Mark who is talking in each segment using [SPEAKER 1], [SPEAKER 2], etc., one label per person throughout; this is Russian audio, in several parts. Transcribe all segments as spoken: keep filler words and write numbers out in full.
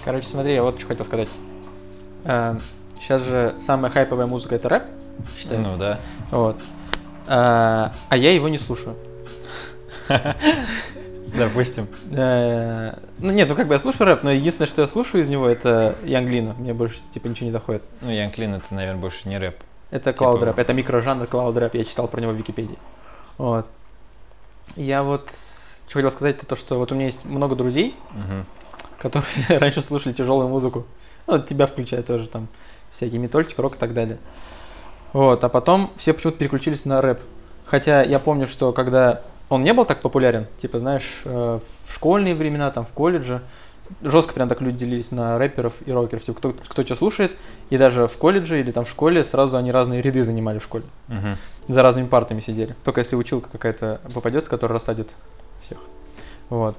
[SPEAKER 1] Короче, смотри, я вот что хотел сказать. А, сейчас же самая хайповая музыка — это рэп, считается.
[SPEAKER 2] Ну да.
[SPEAKER 1] Вот. А, а я его не слушаю.
[SPEAKER 2] Допустим.
[SPEAKER 1] Ну нет, ну как бы я слушаю рэп, но единственное, что я слушаю из него, это Янглина. Мне больше типа ничего не заходит.
[SPEAKER 2] Ну, Янглин — это, наверное, больше не рэп.
[SPEAKER 1] Это
[SPEAKER 2] Типа-
[SPEAKER 1] клауд рэп, это микрожанр клауд рэп, я читал про него в Википедии. Вот. Я вот что хотел сказать, это то, что вот у меня есть много друзей,
[SPEAKER 2] Мгм.
[SPEAKER 1] которые раньше слушали тяжелую музыку. Ну, вот тебя включая тоже, там, всякий метальчик, рок и так далее. Вот, а потом все почему-то переключились на рэп. Хотя я помню, что когда он не был так популярен, типа, знаешь, э, в школьные времена, там, в колледже, жестко прям так люди делились на рэперов и рокеров. Типа, кто, кто что слушает, и даже в колледже или там в школе сразу они разные ряды занимали в школе.
[SPEAKER 2] Мгм.
[SPEAKER 1] За разными партами сидели. Только если училка какая-то попадется, которая рассадит всех. Вот.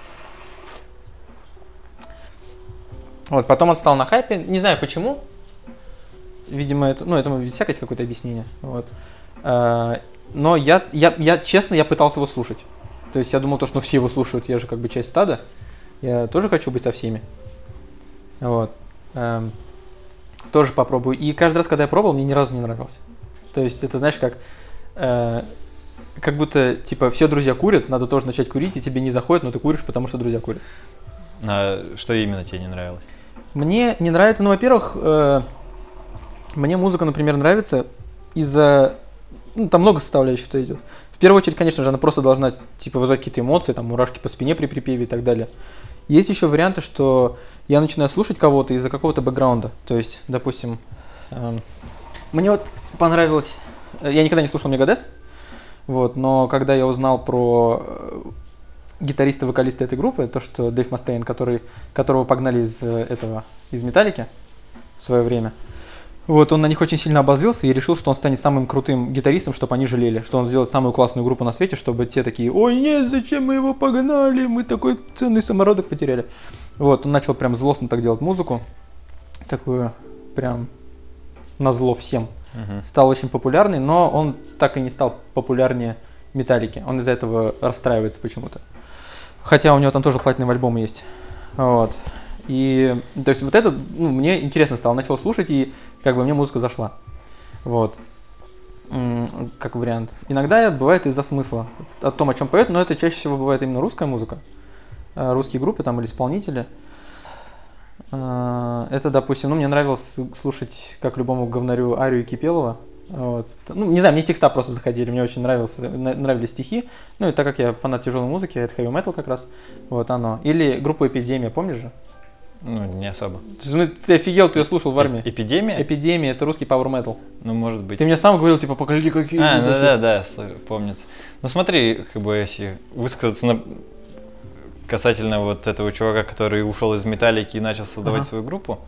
[SPEAKER 1] Вот, потом он стал на хайпе. Не знаю почему. Видимо, это, ну, этому ведь всякое есть какое-то объяснение. Вот. А, но я, я, я, честно, я пытался его слушать. То есть я думал, то, что ну, все его слушают, я же как бы часть стада. Я тоже хочу быть со всеми. Вот. Эм, тоже попробую. И каждый раз, когда я пробовал, мне ни разу не нравился. То есть это, знаешь, как... э, как будто, типа, все друзья курят, надо тоже начать курить, и тебе не заходит, но ты куришь, потому что друзья курят.
[SPEAKER 2] А что именно тебе не нравилось?
[SPEAKER 1] Мне не нравится, ну, во-первых, э, мне музыка, например, нравится из-за... Ну, там много составляющих, что идет. В первую очередь, конечно же, она просто должна, типа, вызывать какие-то эмоции, там, мурашки по спине при припеве и так далее. Есть еще варианты, что я начинаю слушать кого-то из-за какого-то бэкграунда. То есть, допустим, эм, мне вот понравилось... Я никогда не слушал Мегадес, вот, но когда я узнал про э, гитариста, вокалиста этой группы, то, что Дэйв Мастейн, который, которого погнали из э, этого, из Металлики в свое время, вот, он на них очень сильно обозлился и решил, что он станет самым крутым гитаристом, чтобы они жалели, что он сделает самую классную группу на свете, чтобы те такие: ой, нет, зачем мы его погнали, мы такой ценный самородок потеряли. Вот, он начал прям злостно так делать музыку, такую прям назло всем.
[SPEAKER 2] Мгм.
[SPEAKER 1] Стал очень популярный, но он так и не стал популярнее Металлики. Он из-за этого расстраивается почему-то. Хотя у него там тоже платиновый альбом есть. Вот. И, то есть, вот это, ну, мне интересно стало. Начал слушать, и как бы мне музыка зашла. Вот. М, Как вариант. Иногда бывает из-за смысла. О том, о чем поет, но это чаще всего бывает именно русская музыка. Э, Русские группы там или исполнители. Э, Это, допустим, ну, мне нравилось слушать, как любому говнарю, Арию Кипелова. Вот. Ну, не знаю, мне текста просто заходили, мне очень нравился, на- нравились стихи. Ну, и так как я фанат тяжелой музыки, это heavy metal как раз, вот оно. Или группу Эпидемия, помнишь же?
[SPEAKER 2] Ну, не особо.
[SPEAKER 1] То есть, ну, ты офигел, ты ее слушал в армии.
[SPEAKER 2] Э- Эпидемия?
[SPEAKER 1] Эпидемия — это русский power metal.
[SPEAKER 2] Ну, может быть.
[SPEAKER 1] Ты мне сам говорил, типа, погляди, какие...
[SPEAKER 2] А,
[SPEAKER 1] вот
[SPEAKER 2] ну
[SPEAKER 1] эти-
[SPEAKER 2] да, да, сл- помнится. Ну смотри, как бы если высказаться на... касательно вот этого чувака, который ушел из Металлики и начал создавать
[SPEAKER 1] Ага.
[SPEAKER 2] свою группу,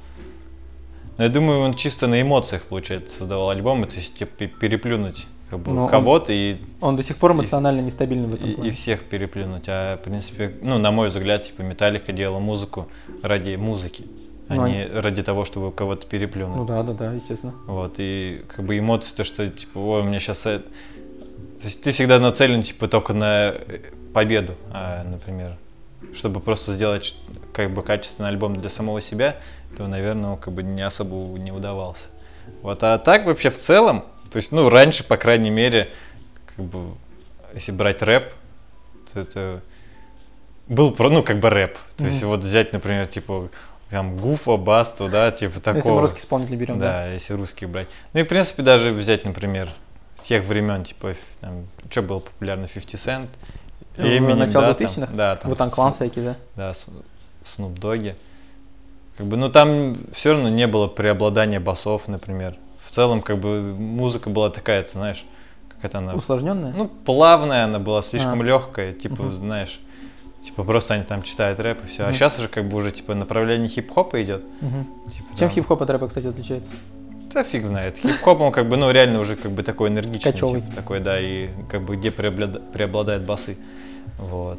[SPEAKER 2] ну, я думаю, он чисто на эмоциях, получается, создавал альбомы, то есть типа, переплюнуть как бы,
[SPEAKER 1] Ну, он-
[SPEAKER 2] кого-то и,
[SPEAKER 1] Он до сих пор эмоционально нестабильный в этом
[SPEAKER 2] и, и
[SPEAKER 1] плане.
[SPEAKER 2] всех переплюнуть. А, в принципе, ну, на мой взгляд, типа, Металлика делала музыку ради музыки, а
[SPEAKER 1] Ну,
[SPEAKER 2] не ради того, чтобы кого-то переплюнуть.
[SPEAKER 1] Ну да, да, да, естественно.
[SPEAKER 2] Вот, и как бы эмоции, то, что, типа, ой, у меня сейчас... То есть ты всегда нацелен, типа, только на э, победу, а, например, чтобы просто сделать ш- как бы качественный альбом для самого себя, то, наверное, он как бы не особо не удавался. Вот, а так вообще в целом, то есть, ну, раньше, по крайней мере, как бы, если брать рэп, то это был, про- ну, как бы рэп. То есть,
[SPEAKER 1] Мгм.
[SPEAKER 2] вот взять, например, типа, там, Гуфа, Басту, да, типа такого.
[SPEAKER 1] Если мы русских исполнителей берем, да.
[SPEAKER 2] Да, если русских брать. Ну и, в принципе, даже взять, например, тех времен, типа, там, что было популярно, фифти Cent,
[SPEAKER 1] В
[SPEAKER 2] Eminem,
[SPEAKER 1] начале
[SPEAKER 2] да,
[SPEAKER 1] двухтысячных?
[SPEAKER 2] там, да, там,
[SPEAKER 1] Вот клан всякие, да.
[SPEAKER 2] да, С- Snoop Dogg. Как бы, ну там все равно не было преобладания басов, например. В целом, как бы, музыка была такая, ты знаешь, как это она,
[SPEAKER 1] Усложненная?
[SPEAKER 2] ну, плавная, она была слишком
[SPEAKER 1] А.
[SPEAKER 2] легкая, типа,
[SPEAKER 1] Мгм.
[SPEAKER 2] знаешь, типа просто они там читают рэп и все. А
[SPEAKER 1] Мгм.
[SPEAKER 2] сейчас уже как бы уже типа направление хип-хопа идет.
[SPEAKER 1] Мгм.
[SPEAKER 2] Типа,
[SPEAKER 1] Чем
[SPEAKER 2] там-
[SPEAKER 1] хип-хоп от рэпа, кстати, отличается?
[SPEAKER 2] Да фиг знает. Хип-хоп, он как бы, ну, реально уже как бы такой энергичный.
[SPEAKER 1] Кочевый.
[SPEAKER 2] Типа, такой, да, и как бы где преоблада- преобладают басы. Вот.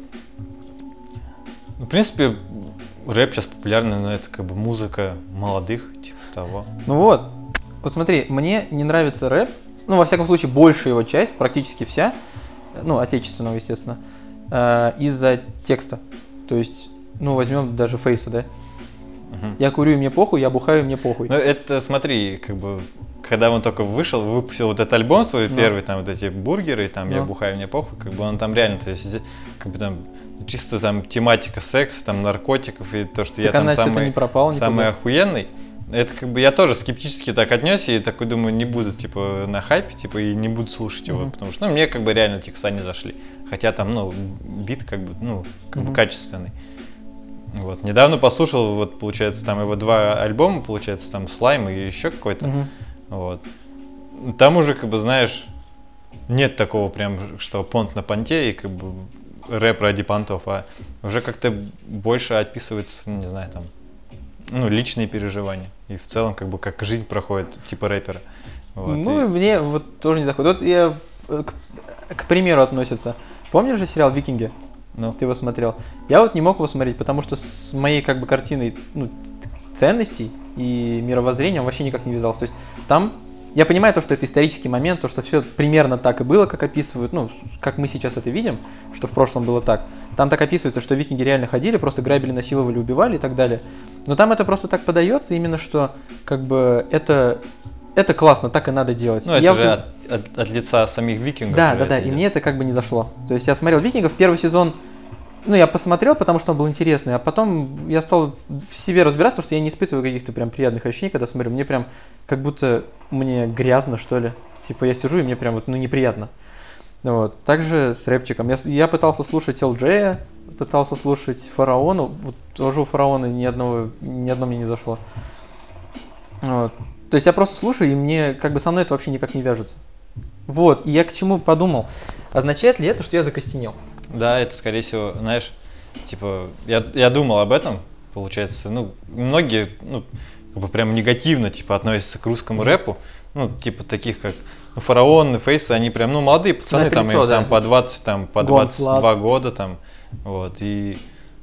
[SPEAKER 2] Ну, в принципе, рэп сейчас популярный, но это как бы музыка молодых, типа того.
[SPEAKER 1] Ну вот, вот смотри, мне не нравится рэп, ну, во всяком случае, большая его часть, практически вся, ну, отечественного, естественно, э, из-за текста. То есть, ну, возьмем даже Фейса, да?
[SPEAKER 2] Мгм.
[SPEAKER 1] Я курю, и мне похуй, я бухаю, и мне похуй.
[SPEAKER 2] Ну, это, смотри, как бы, когда он только вышел, выпустил вот этот альбом свой,
[SPEAKER 1] Ну.
[SPEAKER 2] первый, там, вот эти бургеры, там, я
[SPEAKER 1] Ну.
[SPEAKER 2] бухаю, мне похуй, как бы, он там реально, то есть, зе- как бы, там, чисто там тематика секса, там, наркотиков, и то, что
[SPEAKER 1] Так
[SPEAKER 2] я там
[SPEAKER 1] она что-то
[SPEAKER 2] самый,
[SPEAKER 1] не пропала никуда.
[SPEAKER 2] самый охуенный, это, как бы, я тоже скептически так отнесся, и такой думаю, не буду, типа, на хайпе, типа, и не буду слушать его,
[SPEAKER 1] Мгм.
[SPEAKER 2] потому что, ну, мне, как бы, реально текста не зашли, хотя там, ну, бит, как бы, ну, как бы,
[SPEAKER 1] Мгм.
[SPEAKER 2] качественный. Вот. Недавно послушал, вот, получается, там его два альбома, получается, там Слайм и еще какой-то.
[SPEAKER 1] Мгм.
[SPEAKER 2] Вот. Там уже, как бы, знаешь, нет такого прям, что понт на понте и, как бы, рэп ради понтов, а уже как-то больше описывается, не знаю, там, ну, личные переживания. И в целом, как бы, как жизнь проходит, типа рэпера. Вот.
[SPEAKER 1] Ну, и
[SPEAKER 2] И-
[SPEAKER 1] мне вот тоже не заходит. Вот я э, к, к примеру относится. Помнишь же сериал «Викинги»?
[SPEAKER 2] ну,
[SPEAKER 1] Ты его смотрел. Я вот не мог его смотреть, потому что с моей как бы картиной ну, ц- ценностей и мировоззрения он вообще никак не вязался. То есть там я понимаю то, что это исторический момент, то, что все примерно так и было, как описывают, ну, как мы сейчас это видим, что в прошлом было так. Там так описывается, что викинги реально ходили, просто грабили, насиловали, убивали и так далее. Но там это просто так подается, именно что как бы это, это классно, так и надо делать.
[SPEAKER 2] ну,
[SPEAKER 1] И
[SPEAKER 2] это
[SPEAKER 1] я
[SPEAKER 2] же
[SPEAKER 1] вот-
[SPEAKER 2] от, от- от лица самих викингов.
[SPEAKER 1] да,
[SPEAKER 2] же
[SPEAKER 1] да, да,
[SPEAKER 2] это
[SPEAKER 1] и
[SPEAKER 2] идет.
[SPEAKER 1] мне это как бы не зашло. То есть я смотрел «Викингов», первый сезон, ну, я посмотрел, потому что он был интересный, а потом я стал в себе разбираться, потому что я не испытываю каких-то прям приятных ощущений, когда смотрю. Мне прям как будто мне грязно, что ли. Типа я сижу, и мне прям вот, ну, неприятно. Вот. Также с рэпчиком. Я, с- я пытался слушать эл джей, пытался слушать Фараону. Вот тоже у Фараона ни одного, ни одно мне не зашло. Вот. То есть я просто слушаю, и мне как бы со мной это вообще никак не вяжется. Вот, и я к чему подумал. Означает ли это, что я закостенел?
[SPEAKER 2] Да, это, скорее всего, знаешь, типа, я, я думал об этом, получается, ну, многие, ну, как бы прям негативно, типа, относятся к русскому рэпу, ну, типа, таких как, ну, Фараон и Фейсы, они прям, ну, молодые пацаны,
[SPEAKER 1] На
[SPEAKER 2] там,
[SPEAKER 1] тридцать,
[SPEAKER 2] им
[SPEAKER 1] да.
[SPEAKER 2] там по двадцать, там, по
[SPEAKER 1] Гон,
[SPEAKER 2] двадцать два
[SPEAKER 1] Флат.
[SPEAKER 2] года, там, вот, и,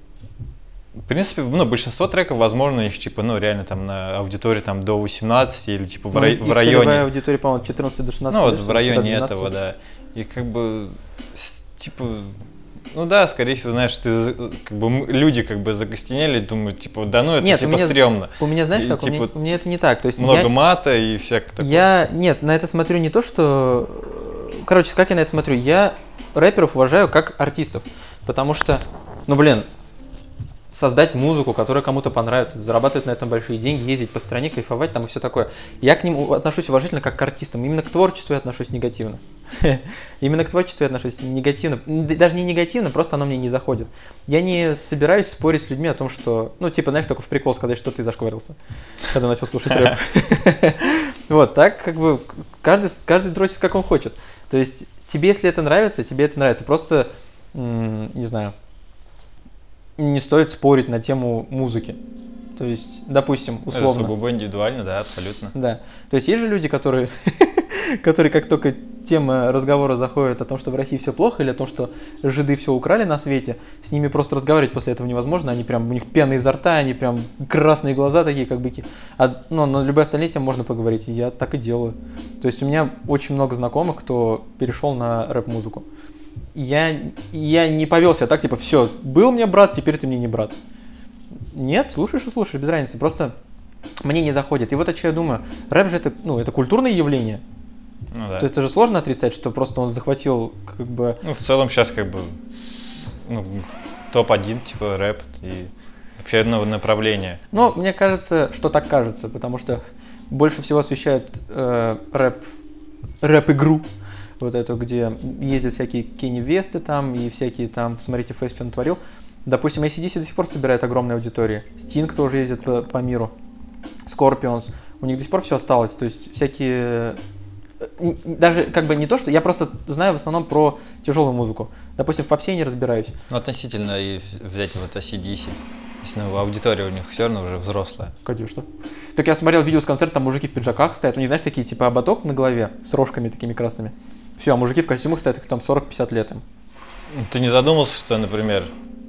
[SPEAKER 2] в принципе, ну, большинство треков, возможно, их, типа, ну, реально, там, на аудитории, там, до восемнадцати или, типа, в,
[SPEAKER 1] Ну,
[SPEAKER 2] рай-
[SPEAKER 1] их
[SPEAKER 2] в
[SPEAKER 1] целевая
[SPEAKER 2] районе.
[SPEAKER 1] аудитория, по-моему, от четырнадцати до шестнадцати
[SPEAKER 2] Ну, вот
[SPEAKER 1] лет,
[SPEAKER 2] в
[SPEAKER 1] что-то
[SPEAKER 2] районе
[SPEAKER 1] двенадцать.
[SPEAKER 2] этого, да. И как бы, с- типа, ну да, скорее всего, знаешь, ты, за- как бы, м- люди как бы закостенели, думают, типа, да ну это
[SPEAKER 1] Нет, у
[SPEAKER 2] типа
[SPEAKER 1] меня-
[SPEAKER 2] стрёмно.
[SPEAKER 1] У меня, знаешь
[SPEAKER 2] И,
[SPEAKER 1] как, у, меня,
[SPEAKER 2] типа,
[SPEAKER 1] у меня это не так. То есть
[SPEAKER 2] Много
[SPEAKER 1] я,
[SPEAKER 2] мата и всякое такое.
[SPEAKER 1] я, нет, на это смотрю не то, что... э, Короче, как я на это смотрю? Я рэперов уважаю как артистов, потому что, ну, блин, создать музыку, которая кому-то понравится, зарабатывать на этом большие деньги, ездить по стране, кайфовать там и все такое. Я к ним у- отношусь уважительно как к артистам. Именно к творчеству я отношусь негативно. Именно к творчеству я отношусь негативно. Н- Даже не негативно, просто оно мне не заходит. Я не собираюсь спорить с людьми о том, что... Ну, типа, знаешь, только в прикол сказать, что ты зашкварился, когда начал слушать рэп. Вот, так как бы каждый, каждый дрочит, как он хочет. То есть тебе, если это нравится, тебе это нравится. Просто, м, не знаю, не стоит спорить на тему музыки. То есть, допустим,
[SPEAKER 2] Это
[SPEAKER 1] условно.
[SPEAKER 2] сугубо индивидуально, да, абсолютно.
[SPEAKER 1] Да. То есть есть же люди, которые, которые как только тема разговора заходит о том, что в России все плохо, или о том, что жиды все украли на свете, с ними просто разговаривать после этого невозможно. Они прям, у них пена изо рта, они прям красные глаза такие, как быки. А ну, на любые остальные темы можно поговорить, и я так и делаю. То есть у меня очень много знакомых, кто перешел на рэп-музыку. Я, я не повел себя так, типа, все, был мне брат, теперь ты мне не брат. Нет, слушаешь и слушаешь, без разницы. Просто мне не заходит. И вот о чем я думаю. Рэп же это, ну, это культурное явление.
[SPEAKER 2] Ну да.
[SPEAKER 1] То это же сложно отрицать, что просто он захватил, как бы...
[SPEAKER 2] Ну, в целом сейчас как бы, ну, топ один, типа, рэп и вообще одно направление.
[SPEAKER 1] Ну, мне кажется, что так кажется, потому что больше всего освещают э, рэп, рэп-игру, вот эту, где ездят всякие Кенни Весты там и всякие там, посмотрите, Фейс что натворил. Допустим, эй си/ди си до сих пор собирает огромные аудитории. Стинг тоже ездит по, по миру. Скорпионс. У них до сих пор все осталось. То есть всякие... н- Даже как бы не то, что... Я просто знаю в основном про тяжелую музыку. Допустим, в попсе я не разбираюсь.
[SPEAKER 2] Ну, относительно и взять вот эй си/ди си. То есть, ну, аудитория у них все равно уже взрослая.
[SPEAKER 1] Конечно. Так я смотрел видео с концерта, там мужики в пиджаках стоят. У них, знаешь, такие типа ободок на голове с рожками такими красными. Все, а мужики в костюмах стоят, их там сорок-пятьдесят лет им.
[SPEAKER 2] Ну, ты не задумался, что, например,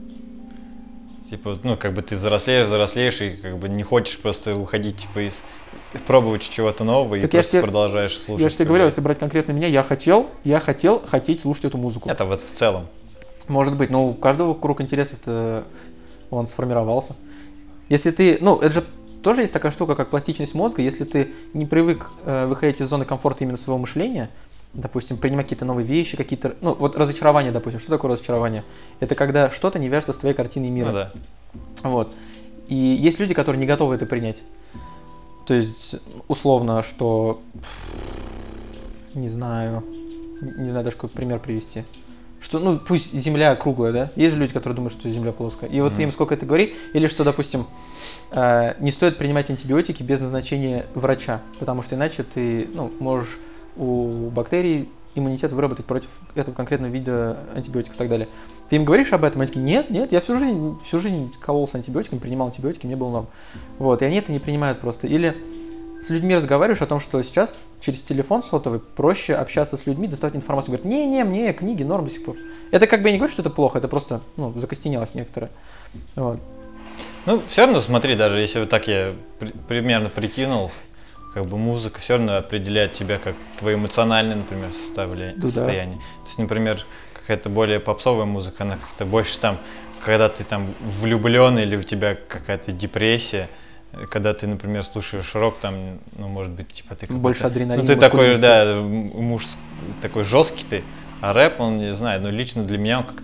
[SPEAKER 2] типа, ну, как бы ты взрослеешь, взрослеешь, и как бы не хочешь просто уходить, типа, из пробовать чего-то нового, и
[SPEAKER 1] Так я ж
[SPEAKER 2] просто
[SPEAKER 1] тебе-
[SPEAKER 2] продолжаешь слушать.
[SPEAKER 1] Я же тебе
[SPEAKER 2] как
[SPEAKER 1] говорил,
[SPEAKER 2] бы.
[SPEAKER 1] если брать конкретно меня, я хотел, я хотел хотеть слушать эту музыку.
[SPEAKER 2] Это вот в целом.
[SPEAKER 1] Может быть, но у каждого круг интересов-то он сформировался. Если ты, ну, это же тоже есть такая штука, как пластичность мозга. Если ты не привык э, выходить из зоны комфорта именно своего мышления, допустим, принимать какие-то новые вещи, какие-то, ну, вот разочарование, допустим. Что такое разочарование? Это когда что-то не вяжется с твоей картиной мира.
[SPEAKER 2] Ну да.
[SPEAKER 1] Вот. И есть люди, которые не готовы это принять. То есть, условно, что, не знаю, не знаю даже какой пример привести. Что, ну, пусть Земля круглая, да? Есть же люди, которые думают, что Земля плоская. И вот mm. им сколько это говори, или что, допустим, э, не стоит принимать антибиотики без назначения врача, потому что иначе ты, ну, можешь у бактерий иммунитет выработать против этого конкретного вида антибиотиков и так далее. Ты им говоришь об этом, они такие, нет, нет, я всю жизнь, всю жизнь кололся антибиотиками, принимал антибиотики, мне было норм. Вот, и они это не принимают просто. Или с людьми разговариваешь о том, что сейчас через телефон сотовый проще общаться с людьми, доставать информацию. Говорят, не-не, мне книги норм до сих пор. Это как бы я не говорю, что это плохо, это просто, ну, закостенелость некоторая. Вот.
[SPEAKER 2] Ну, все равно смотри, даже если вот так я при- примерно прикинул, как бы музыка все равно определяет тебя как твое эмоциональное, например, составление,
[SPEAKER 1] Да.
[SPEAKER 2] состояние. То есть, например, какая-то более попсовая музыка, она как-то больше там, когда ты там влюблен или у тебя какая-то депрессия, когда ты, например, слушаешь рок, там, ну, может быть, типа ты
[SPEAKER 1] больше адреналина.
[SPEAKER 2] Ну, ты такой, да, муж такой жесткий ты, а рэп, он, не знаю, ну, лично для меня он как-то...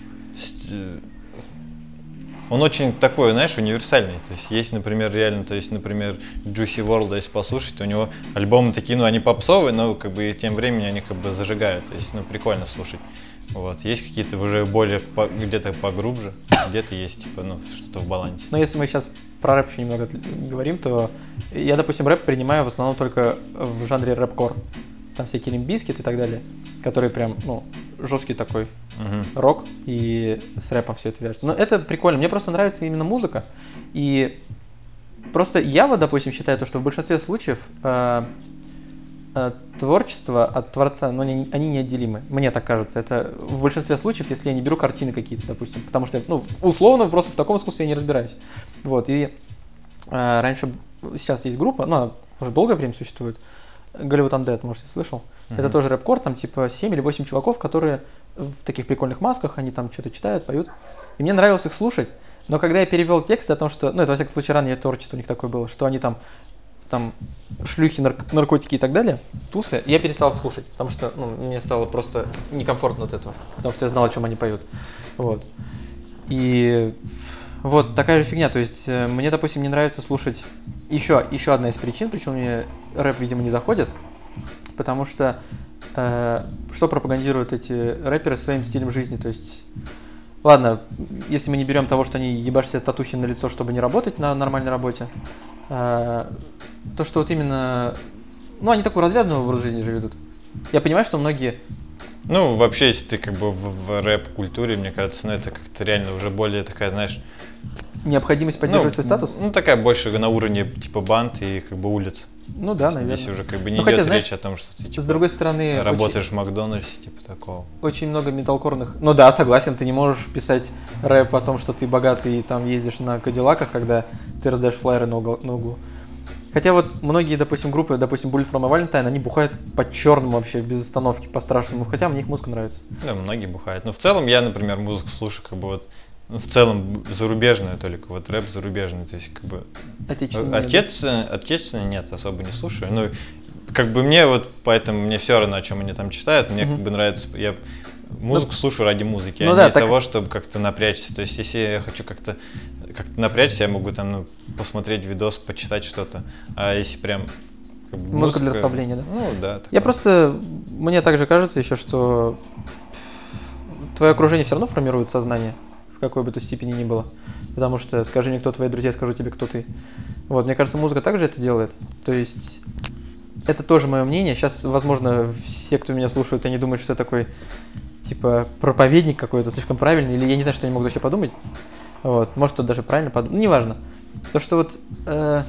[SPEAKER 2] Он очень такой, знаешь, универсальный. То есть есть, например, реально, то есть, например, Juicy world, если послушать, то у него альбомы такие, ну, они попсовые, но как бы тем временем они как бы зажигают. То есть, ну, прикольно слушать. Вот. Есть какие-то уже более по, где-то поглубже, где-то есть, типа, ну, что-то в балансе.
[SPEAKER 1] Но если мы сейчас про рэп еще немного говорим, то я, допустим, рэп принимаю в основном только в жанре рэп-кор. Там всякие Limp Bizkit и так далее, которые прям, ну, жесткий такой uh-huh. рок, и с рэпом все это вяжется. Но это прикольно, мне просто нравится именно музыка, и просто я вот, допустим, считаю то, что в большинстве случаев э, э, творчество от творца, ну, они, они неотделимы, мне так кажется. Это в большинстве случаев, если я не беру картины какие-то, допустим, потому что, ну, условно, просто в таком искусстве я не разбираюсь. Вот, и э, раньше, сейчас есть группа, ну, она уже долгое время существует, Hollywood Undead, может, ты слышал? Mm-hmm. Это тоже рэп-кор, там типа семь или восемь чуваков, которые в таких прикольных масках, они там что-то читают, поют. И мне нравилось их слушать, но когда я перевел текст о том, что, ну, это во всяком случае раннее творчество у них такое было, что они там, там шлюхи, нар- наркотики и так далее, тусы, я перестал их слушать, потому что, ну, мне стало просто некомфортно от этого, потому что я знал, о чем они поют. Вот. И вот такая же фигня, то есть мне, допустим, не нравится слушать. Еще, еще одна из причин, почему мне рэп, видимо, не заходит, потому что э, что пропагандируют эти рэперы своим стилем жизни, то есть, ладно, если мы не берем того, что они ебашь себе татухи на лицо, чтобы не работать на нормальной работе, э, то, что вот именно, ну, они такой развязанный образ жизни же ведут. Я понимаю, что многие...
[SPEAKER 2] Ну, вообще, если ты как бы в, в рэп-культуре, мне кажется, ну, это как-то реально уже более такая, знаешь...
[SPEAKER 1] Необходимость поддерживать
[SPEAKER 2] ну,
[SPEAKER 1] свой статус?
[SPEAKER 2] Ну, такая больше на уровне типа банд и как бы улиц.
[SPEAKER 1] Ну да, наверное.
[SPEAKER 2] Здесь уже как бы не
[SPEAKER 1] ну,
[SPEAKER 2] идет
[SPEAKER 1] хотя, знаешь,
[SPEAKER 2] речь о том, что ты типа,
[SPEAKER 1] с другой стороны,
[SPEAKER 2] работаешь
[SPEAKER 1] очень,
[SPEAKER 2] в Макдональдсе, типа такого.
[SPEAKER 1] Очень много металкорных... Ну да, согласен, ты не можешь писать рэп о том, что ты богатый и там ездишь на кадиллаках, когда ты раздаешь флайеры на углу. На углу. Хотя вот многие, допустим, группы, допустим, Bullet from a Valentine, они бухают по-черному вообще, без остановки, по-страшному, хотя мне их музыка нравится.
[SPEAKER 2] Да, многие бухают. Но в целом я, например, музыку слушаю как бы вот ну, в целом зарубежную только, вот рэп зарубежный, то есть как бы
[SPEAKER 1] отечественный,
[SPEAKER 2] отечественный, отечественный нет, особо не слушаю, ну как бы мне вот, поэтому мне все равно, о чем они там читают, мне uh-huh. как бы нравится, я музыку ну, слушаю ради музыки, ну, а да, не так... того, чтобы как-то напрячься, то есть если я хочу как-то как-то напрячься, я могу там ну, посмотреть видос, почитать что-то, а если прям как бы,
[SPEAKER 1] музыка, музыка для расслабления, да?
[SPEAKER 2] Ну да.
[SPEAKER 1] Я просто, мне также кажется еще, что твое окружение все равно формирует сознание, в какой бы то степени ни было. Потому что скажи мне, кто твои друзья, скажу тебе, кто ты. Вот, мне кажется, музыка также это делает. То есть, это тоже мое мнение. Сейчас, возможно, все, кто меня слушают, они думают, что я такой, типа, проповедник какой-то, слишком правильный, или я не знаю, что они могут вообще подумать. Вот, может, кто даже правильно подумает, ну, неважно. То, что вот, э,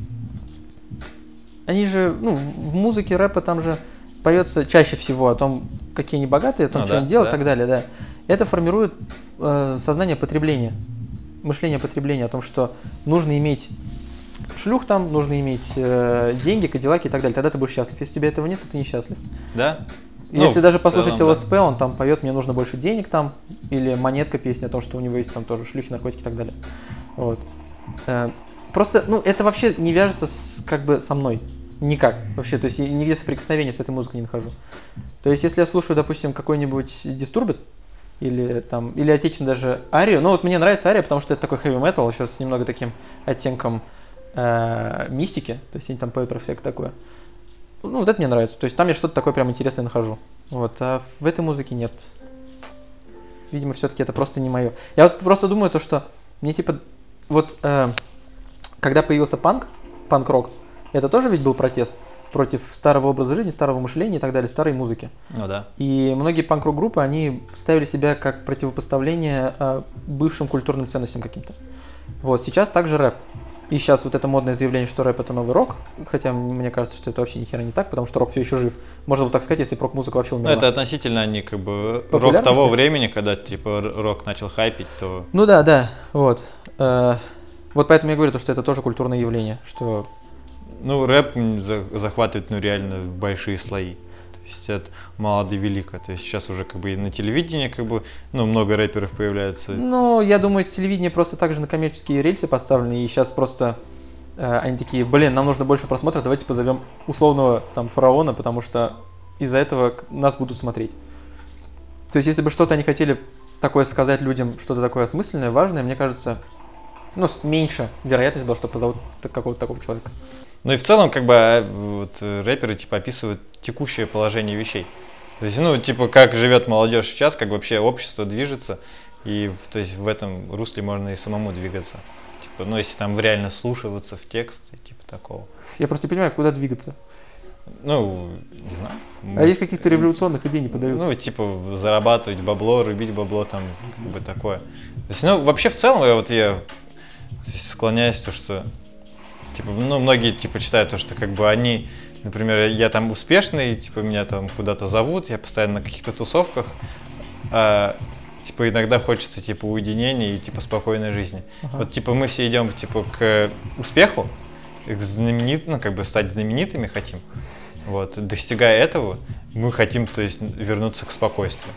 [SPEAKER 1] они же, ну, в музыке рэпа там же поется чаще всего о том, какие они богатые, о том, ну, что да, они делают да. и так далее, да. Это формирует э, сознание потребления, мышление потребления, о том, что нужно иметь шлюх там, нужно иметь э, деньги, кадиллаки и так далее. Тогда ты будешь счастлив. Если у тебя этого нет, то ты несчастлив. Да. Если ну, даже послушать целом, ЛСП, да. он там поет, мне нужно больше денег там, или Монетка песня о том, что у него есть там тоже шлюхи, наркотики и так далее. Вот. Э, просто, ну, это вообще не вяжется с, как бы со мной. Никак вообще, то есть я нигде соприкосновения с этой музыкой не нахожу. То есть если я слушаю, допустим, какой-нибудь Disturbed, или там, или отечественно даже Арию, ну вот мне нравится Ария, потому что это такой heavy metal, еще с немного таким оттенком э, мистики, то есть они там поют про всякое такое. Ну вот это мне нравится, то есть там я что-то такое прям интересное нахожу. Вот, а в этой музыке нет. Видимо, все-таки это просто не мое. Я вот просто думаю то, что мне типа, вот э, когда появился панк, панк-рок, это тоже ведь был протест против старого образа жизни, старого мышления и так далее, старой музыки.
[SPEAKER 2] Ну да.
[SPEAKER 1] И многие панк-рок группы, они ставили себя как противопоставление э, бывшим культурным ценностям каким-то. Вот, сейчас также рэп. И сейчас вот это модное заявление, что рэп это новый рок, хотя мне кажется, что это вообще ни хера не так, потому что рок все еще жив. Можно было так сказать, если бы рок-музыка вообще умерла.
[SPEAKER 2] Ну это относительно они как бы рок того времени, когда типа рок начал хайпить, то...
[SPEAKER 1] Ну да, да, вот. Э, вот поэтому я говорю, что это тоже культурное явление, что...
[SPEAKER 2] Ну, рэп захватывает, ну, реально большие слои. То есть от мала до велика. То есть сейчас уже как бы и на телевидении как бы, ну, много рэперов появляется.
[SPEAKER 1] Ну, я думаю, телевидение просто также на коммерческие рельсы поставлены, и сейчас просто э, они такие, блин, нам нужно больше просмотров, давайте позовем условного там фараона, потому что из-за этого нас будут смотреть. То есть если бы что-то они хотели такое сказать людям, что-то такое осмысленное, важное, мне кажется, ну, меньше вероятность была, что позовут какого-то такого человека.
[SPEAKER 2] Ну и в целом, как бы, вот, рэперы, типа, описывают текущее положение вещей. То есть, ну, типа, как живет молодежь сейчас, как вообще общество движется, и, то есть, в этом русле можно и самому двигаться. Типа, ну, если там реально слушаться в текст, типа, такого.
[SPEAKER 1] Я просто не понимаю, куда двигаться.
[SPEAKER 2] Ну, не знаю.
[SPEAKER 1] А есть каких-то революционных идей не подают?
[SPEAKER 2] Ну, типа, зарабатывать бабло, рубить бабло, там, как бы, такое. То есть, ну, вообще, в целом, я вот я склоняюсь, то, что... Типа, ну, многие, типа, считают то, что, как бы, они, например, я там успешный, типа, меня там куда-то зовут, я постоянно на каких-то тусовках, а, типа, иногда хочется, типа, уединения и, типа, спокойной жизни. Ага. Вот, типа, мы все идем, типа, к успеху, к знаменит, ну, как бы, стать знаменитыми хотим, вот, достигая этого, мы хотим, то есть, вернуться к спокойствию.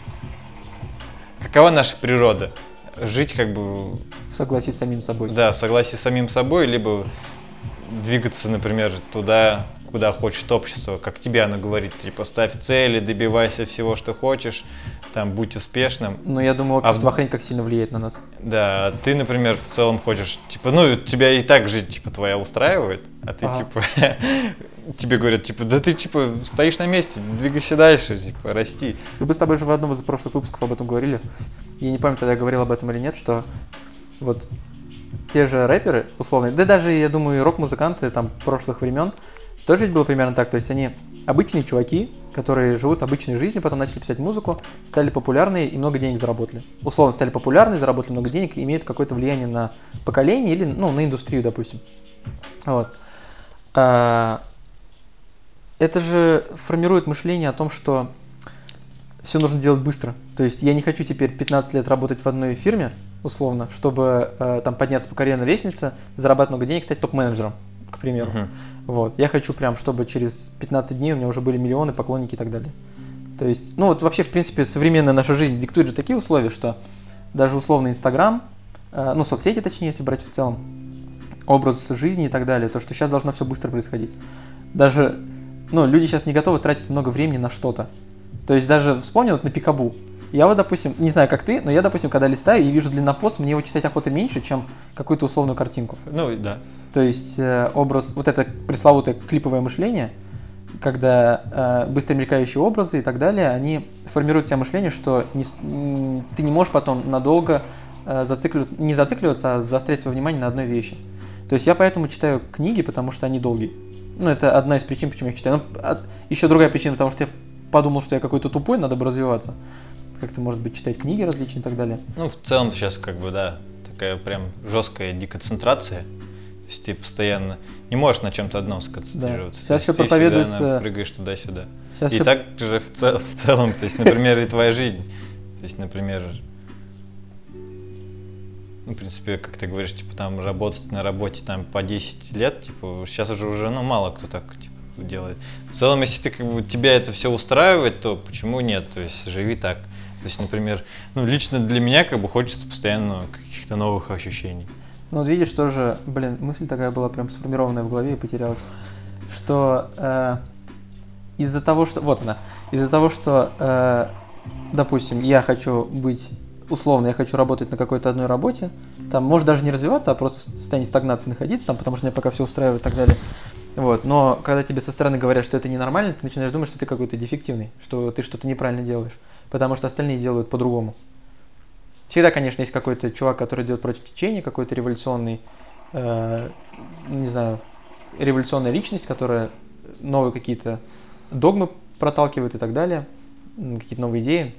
[SPEAKER 2] Какова наша природа? Жить как бы...
[SPEAKER 1] В согласии с самим собой.
[SPEAKER 2] Да, в согласии с самим собой, либо двигаться, например, туда, куда хочет общество, как тебе оно говорит, типа, ставь цели, добивайся всего, что хочешь, там, будь успешным.
[SPEAKER 1] Но я думаю, общество
[SPEAKER 2] а
[SPEAKER 1] хрень как сильно влияет на нас.
[SPEAKER 2] Да, а ты, например, в целом хочешь, типа, ну, тебя и так жизнь, типа, твоя устраивает, а ты, ага. типа, тебе говорят, типа, да ты, типа, стоишь на месте, двигайся дальше, типа, расти.
[SPEAKER 1] Да мы с тобой же в одном из прошлых выпусков об этом говорили. Я не помню, тогда я говорил об этом или нет, что вот те же рэперы, условные, да даже, я думаю, и рок-музыканты там прошлых времен, тоже ведь было примерно так, то есть они обычные чуваки, которые живут обычной жизнью, потом начали писать музыку, стали популярны и много денег заработали. Условно стали популярны, заработали много денег и имеют какое-то влияние на поколение или, ну, на индустрию, допустим. Вот. А, это же формирует мышление о том, что все нужно делать быстро. То есть я не хочу теперь пятнадцать лет работать в одной фирме, условно, чтобы э, там подняться по карьерной лестнице, зарабатывать много денег, стать топ-менеджером, к примеру. Uh-huh. Вот. Я хочу прям, чтобы через пятнадцать дней у меня уже были миллионы, поклонники и так далее. То есть, ну вот вообще, в принципе, современная наша жизнь диктует же такие условия, что даже условно Инстаграм, э, ну соцсети точнее, если брать в целом, образ жизни и так далее, то, что сейчас должно все быстро происходить. Даже, ну, люди сейчас не готовы тратить много времени на что-то. То есть даже вспомнил вот на Пикабу. Я вот, допустим, не знаю, как ты, но я, допустим, когда листаю и вижу длиннопост, мне его читать охота меньше, чем какую-то условную картинку.
[SPEAKER 2] Ну, да.
[SPEAKER 1] То есть э, образ, вот это пресловутое клиповое мышление, когда э, быстро мелькающие образы и так далее, они формируют у тебя мышление, что не, не, ты не можешь потом надолго э, зацикливаться, не зацикливаться, а заострять свое внимание на одной вещи. То есть я поэтому читаю книги, потому что они долгие. Ну, это одна из причин, почему я их читаю. Но, а, еще другая причина, потому что я подумал, что я какой-то тупой, надо бы развиваться. Как-то, может быть, читать книги различные и так далее.
[SPEAKER 2] Ну, в целом сейчас как бы, да, такая прям жесткая деконцентрация. То есть ты постоянно не можешь на чем-то одном сконцентрироваться.
[SPEAKER 1] Да. Сейчас все
[SPEAKER 2] ты
[SPEAKER 1] проповедуется...
[SPEAKER 2] всегда прыгаешь туда-сюда.
[SPEAKER 1] Сейчас
[SPEAKER 2] и
[SPEAKER 1] все...
[SPEAKER 2] так же в, цел... в целом, то есть, например, и твоя жизнь. То есть, например, ну, в принципе, как ты говоришь, типа, там, работать на работе там по десять лет, типа, сейчас уже, уже ну, мало кто так, типа, делает. В целом, если ты, как бы, тебя это все устраивает, то почему нет? То есть живи так. То есть, например, ну, лично для меня как бы хочется постоянно каких-то новых ощущений.
[SPEAKER 1] Ну вот видишь, тоже, блин, мысль такая была прям сформированная в голове и потерялась, что э, из-за того, что, вот она, из-за того, что, э, допустим, я хочу быть, условно, я хочу работать на какой-то одной работе, там, может даже не развиваться, а просто в состоянии стагнации находиться, там, потому что меня пока все устраивает и так далее. Вот, но когда тебе со стороны говорят, что это ненормально, ты начинаешь думать, что ты какой-то дефективный, что ты что-то неправильно делаешь, потому что остальные делают по-другому. Всегда, конечно, есть какой-то чувак, который идет против течения, какой-то революционный, э, не знаю, революционная личность, которая новые какие-то догмы проталкивает и так далее, какие-то новые идеи.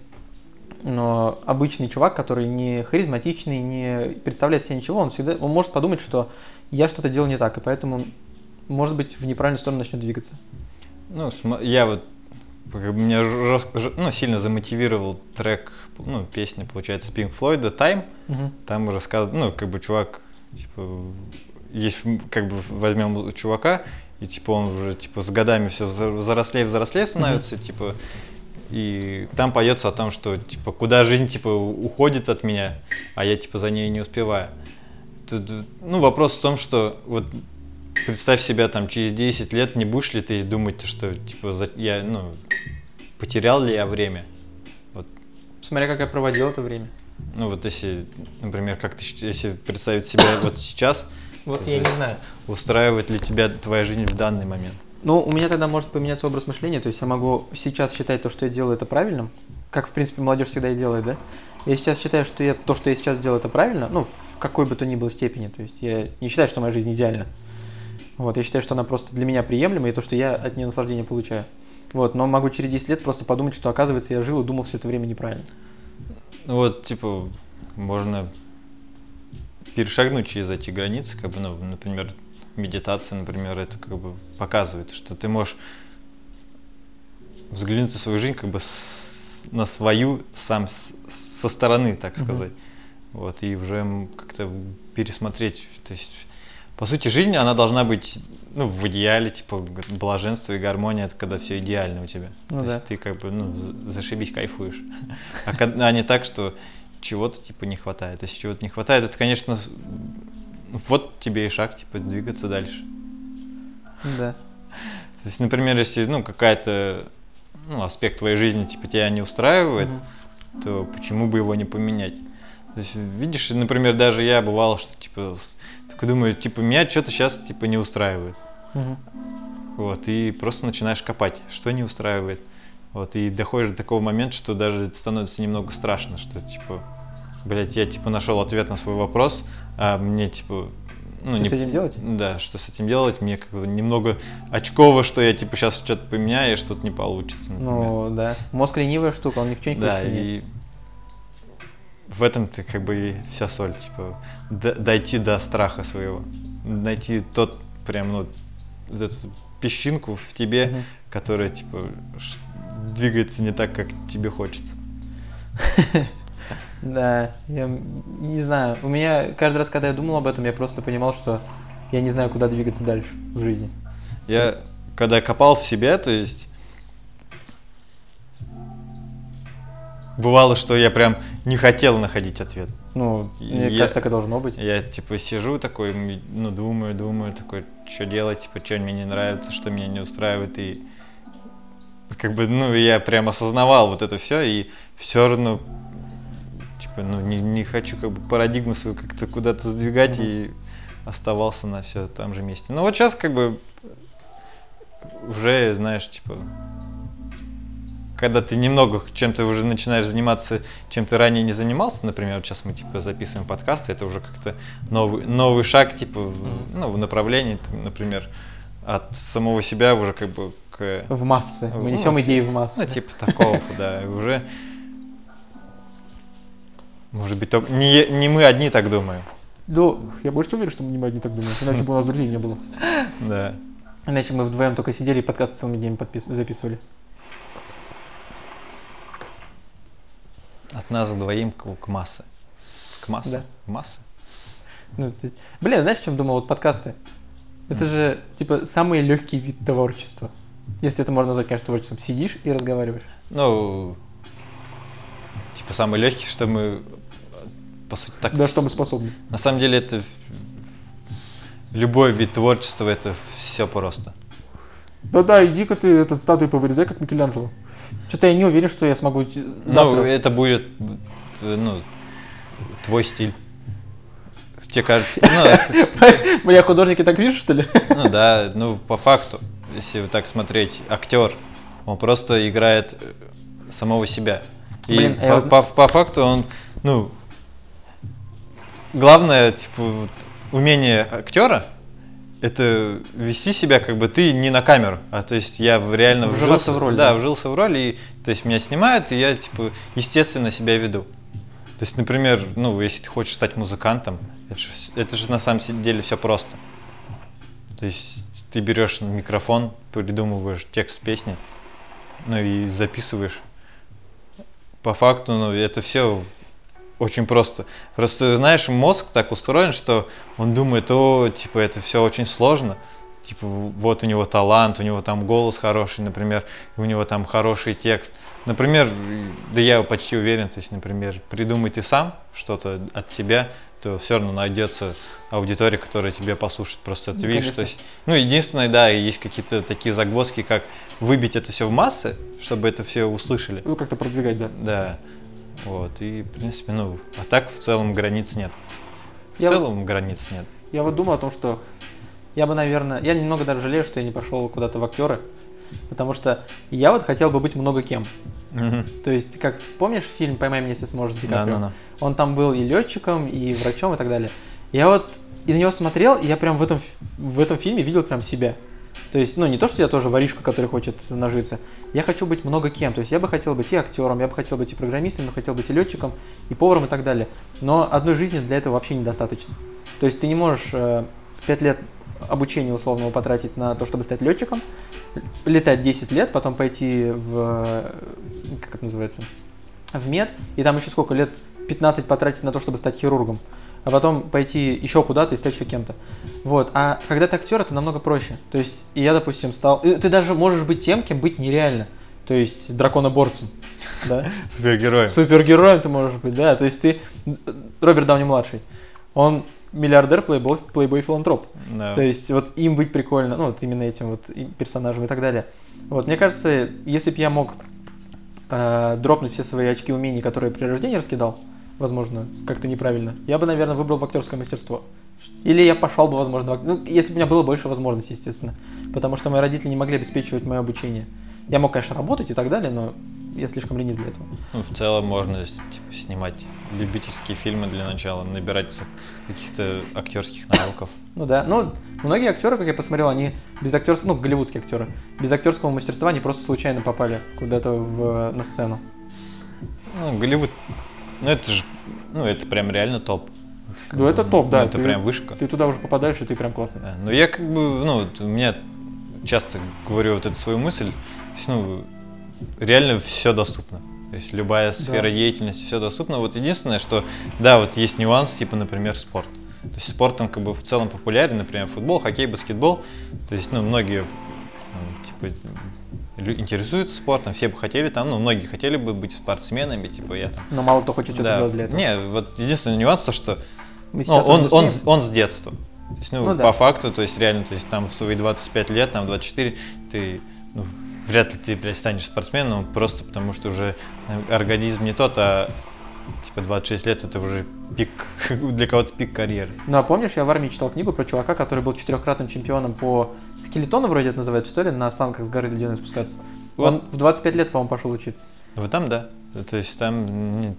[SPEAKER 1] Но обычный чувак, который не харизматичный, не представляет себе ничего, он всегда, он может подумать, что я что-то делал не так, и поэтому, может быть, в неправильную сторону начнет двигаться.
[SPEAKER 2] Ну, я вот как бы меня жестко, ну, сильно замотивировал трек, ну, песня, получается, Pink Floyd, Time.
[SPEAKER 1] Угу.
[SPEAKER 2] Там рассказывают, ну, как бы чувак, типа, есть, как бы, возьмем чувака, и, типа, он уже, типа, с годами все взрослее, взрослее становится, угу. типа, и там поется о том, что, типа, куда жизнь, типа, уходит от меня, а я, типа, за ней не успеваю. Тут, ну, вопрос в том, что, вот, представь себя там через десять лет, не будешь ли ты думать, что, типа, за, я, ну, потерял ли я время? Вот.
[SPEAKER 1] Смотря как я проводил это время.
[SPEAKER 2] Ну вот если, например, как ты, если представить себя вот сейчас,
[SPEAKER 1] вот я не знаю,
[SPEAKER 2] устраивает ли тебя твоя жизнь в данный момент?
[SPEAKER 1] Ну, у меня тогда может поменяться образ мышления, то есть я могу сейчас считать то, что я делаю, это правильным, как, в принципе, молодежь всегда и делает, да? Я сейчас считаю, что я, то, что я сейчас делаю, это правильно, ну, в какой бы то ни было степени, то есть я не считаю, что моя жизнь идеальна. Вот, я считаю, что она просто для меня приемлема, и то, что я от нее наслаждение получаю. Вот, но могу через десять лет просто подумать, что, оказывается, я жил и думал все это время неправильно.
[SPEAKER 2] Ну вот, типа, можно перешагнуть через эти границы, как бы, ну, например, медитация, например, это как бы показывает, что ты можешь взглянуть на свою жизнь как бы с, на свою сам с, со стороны, так сказать. Mm-hmm. Вот, и уже как-то пересмотреть. То есть, по сути, жизнь, она должна быть, ну, в идеале, типа, блаженство и гармония, это когда все идеально у тебя.
[SPEAKER 1] Ну,
[SPEAKER 2] То
[SPEAKER 1] да.
[SPEAKER 2] есть ты как бы, ну, зашибись, кайфуешь. А, а не так, что чего-то, типа, не хватает. Если чего-то не хватает, это, конечно, вот тебе и шаг, типа, двигаться дальше.
[SPEAKER 1] Да.
[SPEAKER 2] То есть, например, если, ну, какая-то, ну, аспект твоей жизни, типа, тебя не устраивает, mm-hmm. то почему бы его не поменять? То есть, видишь, например, даже я бывал, что, типа, такой думаю, типа, меня что-то сейчас, типа, не устраивает. Mm-hmm. Вот, и просто начинаешь копать, что не устраивает. Вот, и доходишь до такого момента, что даже становится немного страшно, что, типа, блядь, я, типа, нашел ответ на свой вопрос, а мне, типа, ну,
[SPEAKER 1] что
[SPEAKER 2] не,
[SPEAKER 1] с этим делать?
[SPEAKER 2] Да, что с этим делать, мне как бы немного очково, что я, типа, сейчас что-то поменяю, и что-то не получится, например.
[SPEAKER 1] Ну, да. Мозг ленивая штука, он ни в чем не
[SPEAKER 2] да,
[SPEAKER 1] хочет менять.
[SPEAKER 2] И в этом-то, как бы, и вся соль, типа, д- дойти до страха своего, найти тот, прям, ну, эту песчинку в тебе, угу. которая, типа, двигается не так, как тебе хочется.
[SPEAKER 1] Да, я не знаю. У меня каждый раз, когда я думал об этом, я просто понимал, что я не знаю, куда двигаться дальше в жизни.
[SPEAKER 2] Я, когда копал в себе, то есть, бывало, что я прям не хотел находить ответ.
[SPEAKER 1] Ну, мне
[SPEAKER 2] я,
[SPEAKER 1] кажется, так и должно быть.
[SPEAKER 2] Я, типа, сижу такой, ну, думаю, думаю, такой, что делать, типа, что мне не нравится, что меня не устраивает, и как бы, ну, я прям осознавал вот это все, и все равно, типа, ну, не, не хочу, как бы, парадигму свою как-то куда-то сдвигать, mm-hmm. и оставался на все том же месте. Но вот сейчас, как бы, уже, знаешь, типа, когда ты немного чем-то уже начинаешь заниматься, чем ты ранее не занимался, например, вот сейчас мы, типа, записываем подкасты, это уже как-то новый, новый шаг, типа, mm-hmm. ну, в направлении, например, от самого себя уже, как бы, к...
[SPEAKER 1] В массы. Мы несем ну, идеи в массы.
[SPEAKER 2] Ну, типа такого, да. Уже, может быть, только... не, не мы одни так думаем.
[SPEAKER 1] Да, я больше уверен, что мы не одни так думаем. Иначе бы у нас друзей не было.
[SPEAKER 2] Да.
[SPEAKER 1] Иначе мы вдвоем только сидели и подкасты целыми днями подпис... записывали.
[SPEAKER 2] От нас двоим к, к массе. К массе?
[SPEAKER 1] Да.
[SPEAKER 2] К массе?
[SPEAKER 1] Ну, блин, знаешь, в чем думал? Вот подкасты. Это mm. же, типа, самый легкий вид творчества. Если это можно назвать, конечно, творчеством. Сидишь и разговариваешь.
[SPEAKER 2] Ну, типа, самый легкий, что мы по сути, так...
[SPEAKER 1] Да, что мы способны.
[SPEAKER 2] На самом деле это... Любой вид творчества, это все просто.
[SPEAKER 1] Да-да, иди-ка ты этот статую повырезай, как Микеланджело. Что-то я не уверен, что я смогу завтра.
[SPEAKER 2] Ну, это будет, ну, твой стиль. Тебе кажется, ну, это...
[SPEAKER 1] Бля, художники так пишут, что ли?
[SPEAKER 2] Ну да, ну по факту, если вот так смотреть, актер, он просто играет самого себя. И
[SPEAKER 1] Блин,
[SPEAKER 2] по,
[SPEAKER 1] я...
[SPEAKER 2] по, по факту он, ну, главное, типа, вот, умение актера это вести себя, как бы ты не на камеру, а то есть я реально
[SPEAKER 1] вжился
[SPEAKER 2] вжился
[SPEAKER 1] в роль.
[SPEAKER 2] Да,
[SPEAKER 1] да,
[SPEAKER 2] вжился в роль, и то есть меня снимают, и я типа естественно себя веду. То есть, например, ну, если ты хочешь стать музыкантом, это же, это же на самом деле все просто. То есть ты берешь микрофон, придумываешь текст песни, ну и записываешь. По факту, ну, это все очень просто. Просто, знаешь, мозг так устроен, что он думает, о, типа, это все очень сложно. Типа, вот у него талант, у него там голос хороший, например, у него там хороший текст. Например, да я почти уверен, то есть, например, придумай ты сам что-то от себя, то все равно найдется аудитория, которая тебя послушает. Просто ты
[SPEAKER 1] ну,
[SPEAKER 2] видишь,
[SPEAKER 1] конечно.
[SPEAKER 2] то есть, ну, единственное, да, есть какие-то такие загвоздки, как выбить это все в массы, чтобы это все услышали.
[SPEAKER 1] Ну, как-то продвигать, да.
[SPEAKER 2] Да. Вот, и, в принципе, ну, а так в целом границ нет. В
[SPEAKER 1] Я
[SPEAKER 2] целом
[SPEAKER 1] вот,
[SPEAKER 2] границ нет.
[SPEAKER 1] Я вот думал о том, что я бы, наверное, я немного даже жалею, что я не пошел куда-то в актеры, потому что я вот хотел бы быть много кем.
[SPEAKER 2] Mm-hmm.
[SPEAKER 1] То есть, как помнишь фильм «Поймай меня, если сможешь» с Ди Каприо?
[SPEAKER 2] Да, да, да.
[SPEAKER 1] Он там был и летчиком, и врачом, и так далее. Я вот и на него смотрел, и я прям в этом, в этом фильме видел прям себя. То есть, ну, не то, что я тоже воришка, который хочет нажиться. Я хочу быть много кем. То есть, я бы хотел быть и актером, я бы хотел быть и программистом, я бы хотел быть и летчиком, и поваром, и так далее. Но одной жизни для этого вообще недостаточно. То есть, ты не можешь э, пять лет обучения условного потратить на то, чтобы стать летчиком, летать десять лет, потом пойти в, как это называется, в мед, и там еще сколько лет, пятнадцать потратить на то, чтобы стать хирургом, а потом пойти еще куда-то и стать еще кем-то. Вот. А когда ты актер, это намного проще. То есть, и я, допустим, стал... Ты даже можешь быть тем, кем быть нереально. То есть, драконоборцем. Да?
[SPEAKER 2] Супергероем.
[SPEAKER 1] Супергероем ты можешь быть, да. То есть, ты... Роберт Дауни-младший. Он миллиардер, плейбой, плейбой, филантроп.
[SPEAKER 2] No.
[SPEAKER 1] То есть, вот им быть прикольно. Ну, вот именно этим вот персонажем и так далее. Вот, мне кажется, если бы я мог э, дропнуть все свои очки умений, которые при рождении раскидал, возможно, как-то неправильно, я бы, наверное, выбрал бы актерское мастерство. Или я пошел бы, возможно, в... ну, если бы у меня было больше возможностей, естественно. Потому что мои родители не могли обеспечивать мое обучение. Я мог, конечно, работать и так далее, но я слишком ленив для этого.
[SPEAKER 2] Ну, в целом можно типа, снимать любительские фильмы для начала, набирать каких-то актерских навыков.
[SPEAKER 1] Ну да, ну, многие актеры, как я посмотрел, они без актерского, ну, голливудские актеры, без актерского мастерства они просто случайно попали куда-то в, на сцену.
[SPEAKER 2] Ну, Голливуд, ну это же, ну это прям реально топ.
[SPEAKER 1] Это ну это топ,
[SPEAKER 2] ну,
[SPEAKER 1] да.
[SPEAKER 2] Это
[SPEAKER 1] ты,
[SPEAKER 2] прям вышка.
[SPEAKER 1] Ты туда уже попадаешь, и ты прям классный.
[SPEAKER 2] Да, но я как бы, ну, вот у меня часто говорю вот эту свою мысль, то есть, ну, реально все доступно. То есть любая сфера да. деятельности, все доступно. Вот единственное, что, да, вот есть нюанс, типа, например, спорт. То есть спортом как бы в целом популярен, например, футбол, хоккей, баскетбол. То есть, ну, многие, ну, типа, интересуются спортом, все бы хотели там, ну, многие хотели бы быть спортсменами, типа, я там.
[SPEAKER 1] Но мало кто хочет что-то
[SPEAKER 2] да.
[SPEAKER 1] делать для этого.
[SPEAKER 2] Не, вот единственный нюанс то, что
[SPEAKER 1] Мы
[SPEAKER 2] ну, он, он, он с детства. То есть, ну,
[SPEAKER 1] ну,
[SPEAKER 2] по
[SPEAKER 1] да.
[SPEAKER 2] факту, то есть реально, то есть там в свои двадцать пять лет, там двадцать четыре, ты, ну, вряд ли ты, блядь, станешь спортсменом, просто потому что уже организм не тот, а типа двадцать шесть лет это уже пик, для кого-то пик карьеры.
[SPEAKER 1] Ну а помнишь, я в армии читал книгу про чувака, который был четырехкратным чемпионом по скелетону, вроде это называется, что ли, на санках с горы ледяной спускаться. Вот. Он в двадцать пять лет, по-моему, пошел учиться.
[SPEAKER 2] Вот там, да. То есть там...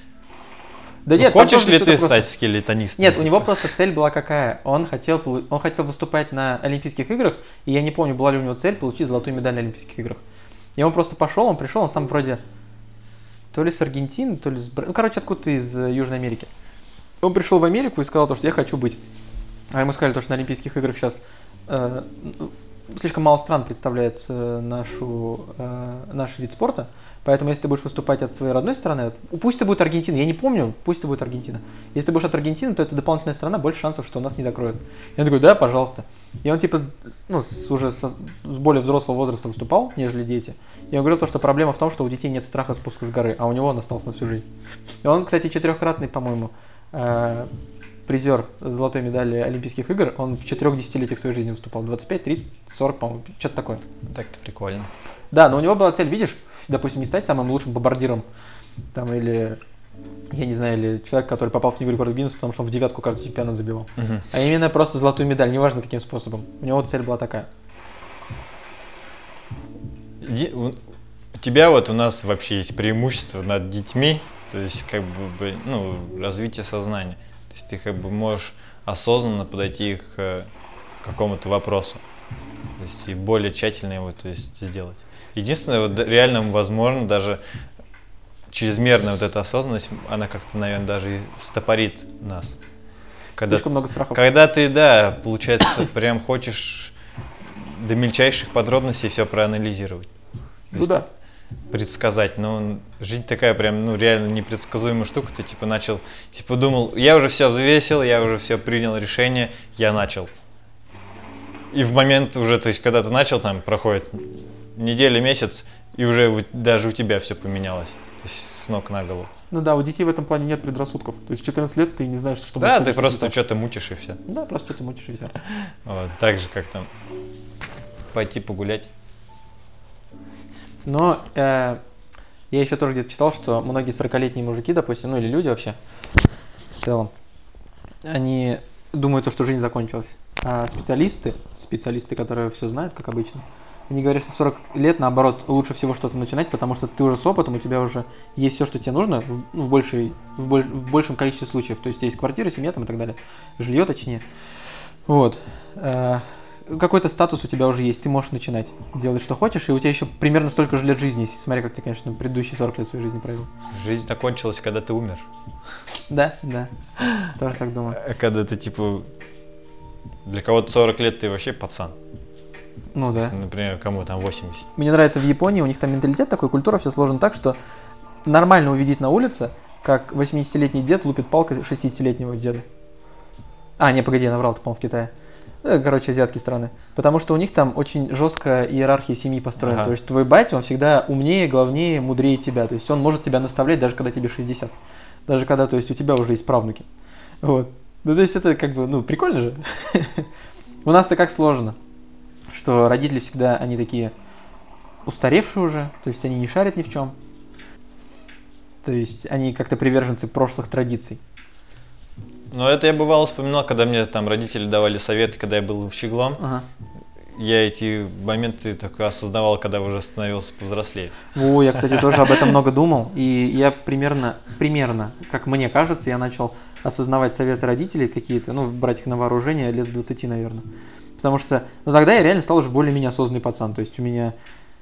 [SPEAKER 1] Да
[SPEAKER 2] ну,
[SPEAKER 1] нет,
[SPEAKER 2] хочешь ли ты
[SPEAKER 1] просто...
[SPEAKER 2] стать скелетонистом?
[SPEAKER 1] Нет,
[SPEAKER 2] типа?
[SPEAKER 1] у него просто цель была какая? Он хотел, он хотел выступать на Олимпийских играх, и я не помню, была ли у него цель получить золотую медаль на Олимпийских играх. И он просто пошел, он пришел, он сам вроде с, то ли с Аргентины, то ли с... Ну, короче, откуда-то из Южной Америки. Он пришел в Америку и сказал, то, что я хочу быть. А ему сказали, то, что на Олимпийских играх сейчас э, слишком мало стран представляет э, нашу, э, наш вид спорта. Поэтому, если ты будешь выступать от своей родной страны, пусть это будет Аргентина, я не помню, пусть это будет Аргентина. Если ты будешь от Аргентины, то это дополнительная страна, больше шансов, что нас не закроют. И он такой, да, пожалуйста. И он типа ну, с, уже со, с более взрослого возраста выступал, нежели дети. И он говорил то, что проблема в том, что у детей нет страха спуска с горы, а у него он остался на всю жизнь. И он, кстати, четырехкратный, по-моему, э, призер золотой медали Олимпийских игр, он в четырех десятилетиях своей жизни выступал. двадцать пять, тридцать, сорок, по-моему, что-то такое.
[SPEAKER 2] Так-то прикольно.
[SPEAKER 1] Да, но у него была цель, видишь, допустим, не стать самым лучшим бомбардиром, там, или, я не знаю, или человек, который попал в книгу рекордов Гиннесса, потому что он в девятку каждый чемпионат забивал.
[SPEAKER 2] Мгм.
[SPEAKER 1] А именно просто золотую медаль, неважно каким способом. У него цель была такая.
[SPEAKER 2] Е- У у тебя вот у нас вообще есть преимущество над детьми, то есть как бы, бы, ну, развитие сознания. То есть ты как бы можешь осознанно подойти к э, какому-то вопросу, то есть и более тщательно его, то есть, сделать. Единственное, вот д- реально возможно даже чрезмерная вот эта осознанность, она как-то, наверное, даже и стопорит нас. Когда,
[SPEAKER 1] Слишком много страхов.
[SPEAKER 2] когда ты, да, получается, прям хочешь до мельчайших подробностей все проанализировать. То
[SPEAKER 1] Ну
[SPEAKER 2] есть
[SPEAKER 1] да.
[SPEAKER 2] предсказать, но жизнь такая прям, ну, реально непредсказуемая штука. Ты типа начал, типа думал, я уже все взвесил, я уже все принял решение, я начал. И в момент уже, то есть когда ты начал, там проходит неделя, месяц, и уже вот даже у тебя все поменялось. То есть с ног на голову.
[SPEAKER 1] Ну да, у детей в этом плане нет предрассудков. То есть в четырнадцать лет ты не знаешь, что
[SPEAKER 2] Да,
[SPEAKER 1] будет,
[SPEAKER 2] ты
[SPEAKER 1] что
[SPEAKER 2] просто
[SPEAKER 1] не так.
[SPEAKER 2] что-то мутишь и все.
[SPEAKER 1] Да, просто что-то мутишь и все.
[SPEAKER 2] Вот, так же, как там пойти погулять.
[SPEAKER 1] Но э, я еще тоже где-то читал, что многие сорокалетние мужики, допустим, ну или люди вообще в целом, они думают, то, что жизнь закончилась. А специалисты, специалисты, которые все знают, как обычно, они говорят, что в сорок лет, наоборот, лучше всего что-то начинать, потому что ты уже с опытом, у тебя уже есть все, что тебе нужно в, ну, в, большей, в, боль, в большем количестве случаев. То есть у тебя есть квартира, семья там и так далее. Жилье, точнее. Вот. Э, какой-то статус у тебя уже есть, ты можешь начинать делать, что хочешь, и у тебя еще примерно столько же лет жизни, если смотри, как ты, конечно, предыдущие сорок лет своей жизни провел.
[SPEAKER 2] Жизнь закончилась, когда ты умер.
[SPEAKER 1] Да, да, тоже так думаю.
[SPEAKER 2] А когда ты типа... Для кого-то сорок лет ты вообще пацан.
[SPEAKER 1] Ну да.
[SPEAKER 2] Например, кому там восемьдесят.
[SPEAKER 1] Мне нравится в Японии, у них там менталитет такой, культура, все сложено так, что нормально увидеть на улице, как восьмидесятилетний дед лупит палкой шестидесятилетнего деда. А, не, погоди, я наврал, это, по-моему, в Китае. Ну, короче, азиатские страны. Потому что у них там очень жесткая иерархия семьи построена.
[SPEAKER 2] Ага.
[SPEAKER 1] То есть твой батя, он всегда умнее, главнее, мудрее тебя. То есть он может тебя наставлять, даже когда тебе шестьдесят. Даже когда, то есть, у тебя уже есть правнуки. Вот. Ну, то есть это как бы, ну, прикольно же. У нас-то как сложно, что родители всегда, они такие устаревшие уже, то есть они не шарят ни в чем. То есть они как-то приверженцы прошлых традиций.
[SPEAKER 2] Ну, это я бывало вспоминал, когда мне там родители давали советы, когда я был щеглом.
[SPEAKER 1] Ага.
[SPEAKER 2] Я эти моменты только осознавал, когда уже становился повзрослее.
[SPEAKER 1] О, я, кстати, тоже об этом много думал, и я примерно, примерно, как мне кажется, я начал осознавать советы родителей какие-то, ну, брать их на вооружение лет с двадцати, наверное. Потому что, ну, тогда я реально стал уже более-менее осознанный пацан, то есть у меня,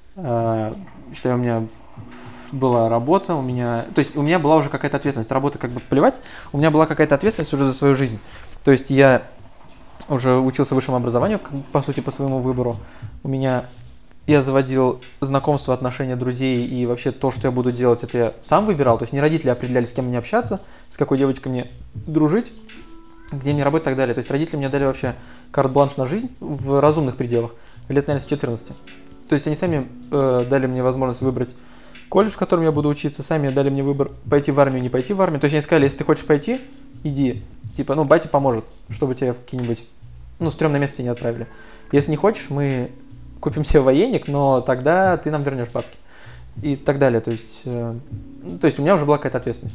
[SPEAKER 1] э, считаю, у меня была работа, у меня, то есть у меня была уже какая-то ответственность, работа как бы плевать, у меня была какая-то ответственность уже за свою жизнь, то есть я уже учился высшему образованию, по сути, по своему выбору. У меня я заводил знакомства, отношения, друзей, и вообще то, что я буду делать, это я сам выбирал. То есть не родители определяли, с кем мне общаться, с какой девочкой мне дружить, где мне работать и так далее. То есть родители мне дали вообще карт-бланш на жизнь в разумных пределах, лет, наверное, с четырнадцати. То есть они сами э, дали мне возможность выбрать колледж, в котором я буду учиться, сами дали мне выбор пойти в армию, не пойти в армию. То есть они сказали, если ты хочешь пойти, иди. Типа, ну, батя поможет, чтобы тебя в какие-нибудь, ну, стрёмное место тебя не отправили. Если не хочешь, мы купим себе военник, но тогда ты нам вернешь бабки. И так далее. То есть, э, то есть у меня уже была какая-то ответственность.